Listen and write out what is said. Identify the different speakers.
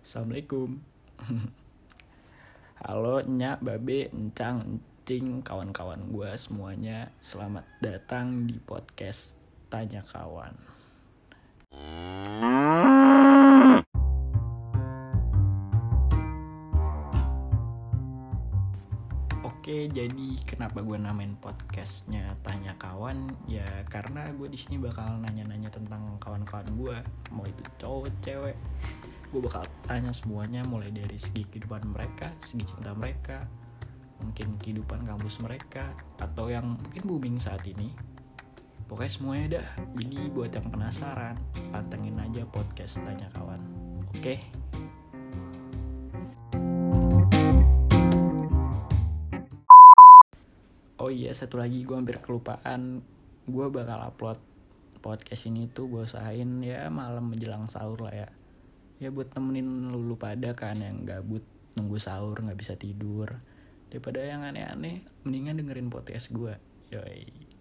Speaker 1: Assalamualaikum. Halo nyak, babe, encang, encing, kawan-kawan gue semuanya. Selamat datang di podcast Tanya Kawan. Oke, jadi kenapa gue namain podcastnya Tanya Kawan? Ya karena gue di sini bakal nanya-nanya tentang kawan-kawan gue, mau itu cowok, cewek. Gue bakal tanya semuanya, mulai dari segi kehidupan mereka, segi cinta mereka, mungkin kehidupan kampus mereka, atau yang mungkin booming saat ini. Pokoknya semuanya dah. Jadi buat yang penasaran, pantengin aja podcast Tanya Kawan. Oke? Oh iya, satu lagi gue hampir kelupaan. Gue bakal upload podcast ini tuh gue usahain ya malam menjelang sahur lah ya. Ya buat temenin lu pada kan yang gabut nunggu sahur gak bisa tidur. Daripada yang aneh-aneh, mendingan dengerin podcast gue. Yoi.